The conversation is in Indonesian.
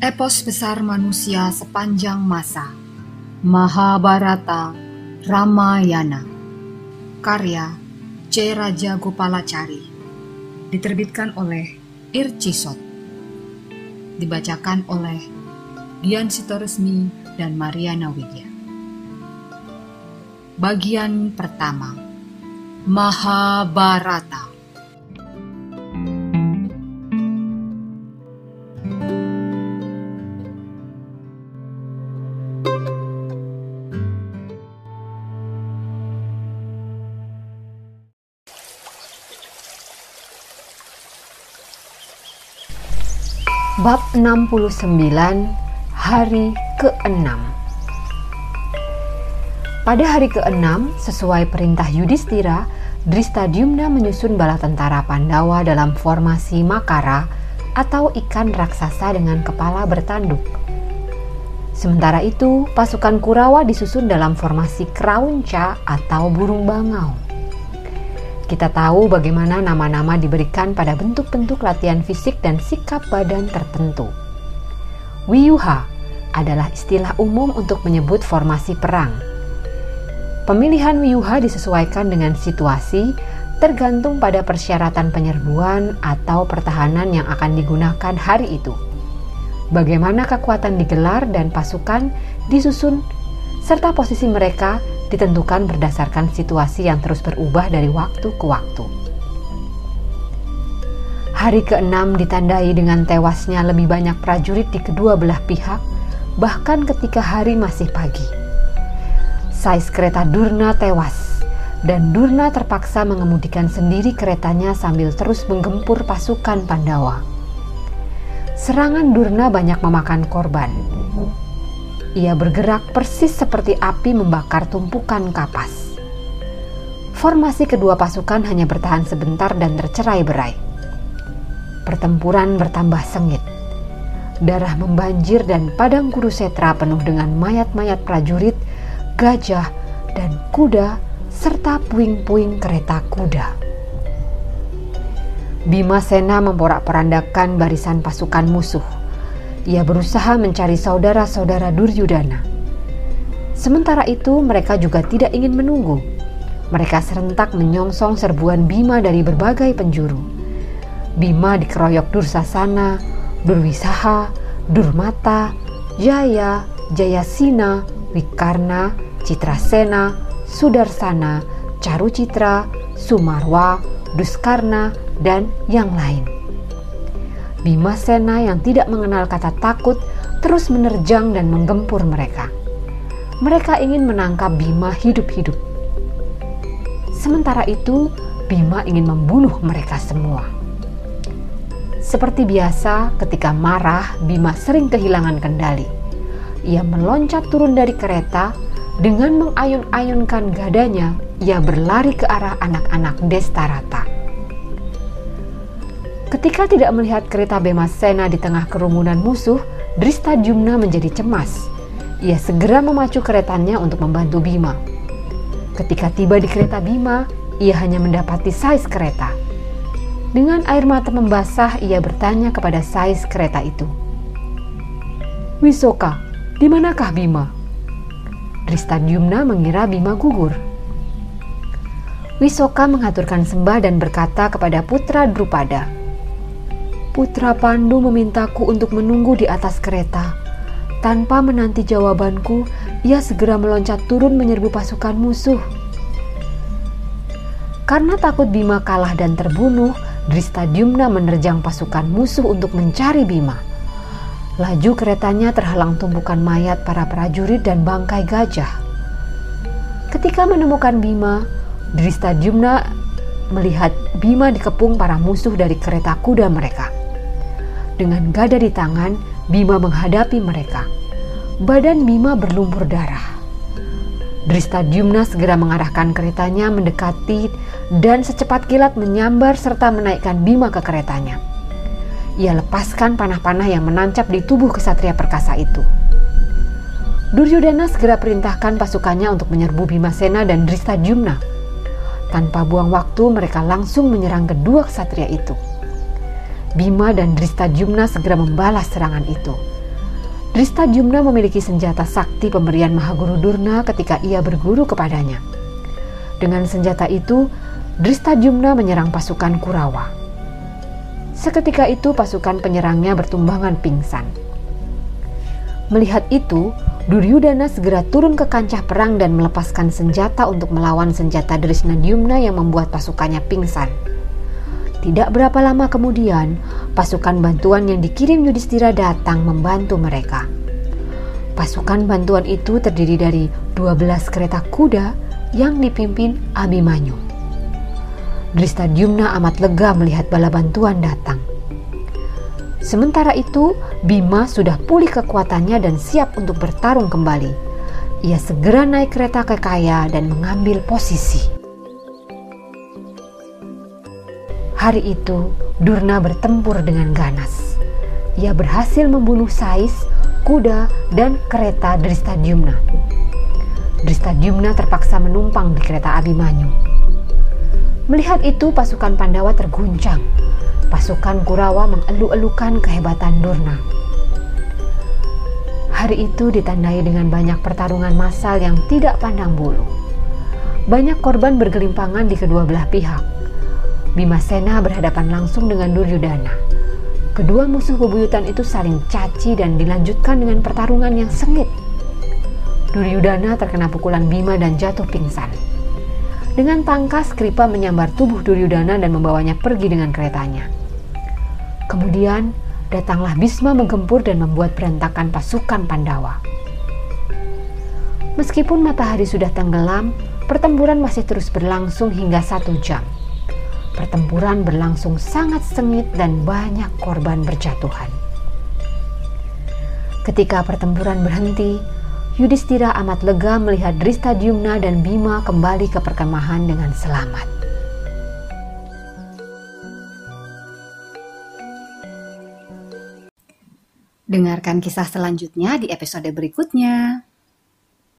Epos besar manusia sepanjang masa. Mahabharata Ramayana. Karya C. Raja Gopalacari. Diterbitkan oleh Ircisot. Dibacakan oleh Dian Sitoresmi dan Mariana Widya. Bagian pertama. Mahabharata. Bab 69, hari ke-6. Pada hari ke-6, sesuai perintah Yudhistira, Drishtadyumna menyusun bala tentara Pandawa dalam formasi Makara atau ikan raksasa dengan kepala bertanduk. Sementara itu, pasukan Kurawa disusun dalam formasi Kraunca atau burung bangau. Kita tahu bagaimana nama-nama diberikan pada bentuk-bentuk latihan fisik dan sikap badan tertentu. Wiyuha adalah istilah umum untuk menyebut formasi perang. Pemilihan wiyuha disesuaikan dengan situasi, tergantung pada persyaratan penyerbuan atau pertahanan yang akan digunakan hari itu. Bagaimana kekuatan digelar dan pasukan disusun, serta posisi mereka ditentukan berdasarkan situasi yang terus berubah dari waktu ke waktu. Hari ke-6 ditandai dengan tewasnya lebih banyak prajurit di kedua belah pihak, bahkan ketika hari masih pagi. Sais kereta Durna tewas, dan Durna terpaksa mengemudikan sendiri keretanya sambil terus menggempur pasukan Pandawa. Serangan Durna banyak memakan korban. Ia bergerak persis seperti api membakar tumpukan kapas. Formasi kedua pasukan hanya bertahan sebentar dan tercerai-berai. Pertempuran bertambah sengit. Darah membanjir dan padang Kurusetra penuh dengan mayat-mayat prajurit, gajah, dan kuda, serta puing-puing kereta kuda. Bimasena memporak-porandakan barisan pasukan musuh. Ia berusaha mencari saudara-saudara Duryudana. Sementara itu, mereka juga tidak ingin menunggu. Mereka serentak menyongsong serbuan Bima dari berbagai penjuru. Bima dikeroyok Dursasana, Durwisaha, Durmata, Jaya, Jayasina, Wikarna, Citrasena, Sudarsana, Carucitra, Sumarwa, Duskarna, dan yang lain. Bimasena yang tidak mengenal kata takut terus menerjang dan menggempur mereka. Mereka ingin menangkap Bima hidup-hidup. Sementara itu, Bima ingin membunuh mereka semua. Seperti biasa, ketika marah, Bima sering kehilangan kendali. Ia meloncat turun dari kereta, dengan mengayun-ayunkan gadanya, ia berlari ke arah anak-anak Destarata. Ketika tidak melihat kereta Bimasena di tengah kerumunan musuh, Drishtadyumna menjadi cemas. Ia segera memacu keretanya untuk membantu Bima. Ketika tiba di kereta Bima, ia hanya mendapati sais kereta. Dengan air mata membasah, ia bertanya kepada sais kereta itu. "Wisoka, di manakah Bima?" Drishtadyumna mengira Bima gugur. Wisoka mengaturkan sembah dan berkata kepada putra Drupada, "Putra Pandu memintaku untuk menunggu di atas kereta. Tanpa menanti jawabanku, ia segera meloncat turun menyerbu pasukan musuh." Karena takut Bima kalah dan terbunuh, Drishtadyumna menerjang pasukan musuh untuk mencari Bima. Laju keretanya terhalang tumpukan mayat para prajurit dan bangkai gajah. Ketika menemukan Bima, Drishtadyumna melihat Bima dikepung para musuh dari kereta kuda mereka. Dengan gada di tangan, Bima menghadapi mereka. Badan Bima berlumpur darah. Drishtadyumna segera mengarahkan keretanya mendekati dan secepat kilat menyambar serta menaikkan Bima ke keretanya. Ia lepaskan panah-panah yang menancap di tubuh kesatria perkasa itu. Duryudana segera perintahkan pasukannya untuk menyerbu Bimasena dan Drishtadyumna. Tanpa buang waktu, mereka langsung menyerang kedua kesatria itu. Bima dan Drishtadyumna segera membalas serangan itu. Drestadyumna memiliki senjata sakti pemberian Mahaguru Durna ketika ia berguru kepadanya. Dengan senjata itu, Drestadyumna menyerang pasukan Kurawa. Seketika itu pasukan penyerangnya bertumbangan pingsan. Melihat itu, Duryudana segera turun ke kancah perang dan melepaskan senjata untuk melawan senjata Drestadyumna yang membuat pasukannya pingsan. Tidak berapa lama kemudian, pasukan bantuan yang dikirim Yudhistira datang membantu mereka. Pasukan bantuan itu terdiri dari 12 kereta kuda yang dipimpin Abhimanyu. Drestadyumna amat lega melihat bala bantuan datang. Sementara itu, Bima sudah pulih kekuatannya dan siap untuk bertarung kembali. Ia segera naik kereta kekaya dan mengambil posisi. Hari itu, Durna bertempur dengan ganas. Ia berhasil membunuh Sais, kuda, dan kereta Drestadyumna. Drestadyumna terpaksa menumpang di kereta Abhimanyu. Melihat itu, pasukan Pandawa terguncang. Pasukan Kurawa mengeluh-elukan kehebatan Durna. Hari itu ditandai dengan banyak pertarungan massal yang tidak pandang bulu. Banyak korban bergelimpangan di kedua belah pihak. Bimasena berhadapan langsung dengan Duryudana. Kedua musuh bebuyutan itu saling caci dan dilanjutkan dengan pertarungan yang sengit. Duryudana terkena pukulan Bima dan jatuh pingsan. Dengan tangkas, Kripa menyambar tubuh Duryudana dan membawanya pergi dengan keretanya. Kemudian, datanglah Bisma menggempur dan membuat berantakan pasukan Pandawa. Meskipun matahari sudah tenggelam, pertempuran masih terus berlangsung hingga 1 jam. Pertempuran berlangsung sangat sengit dan banyak korban berjatuhan. Ketika pertempuran berhenti, Yudhistira amat lega melihat Drestadyumna dan Bima kembali ke perkemahan dengan selamat. Dengarkan kisah selanjutnya di episode berikutnya.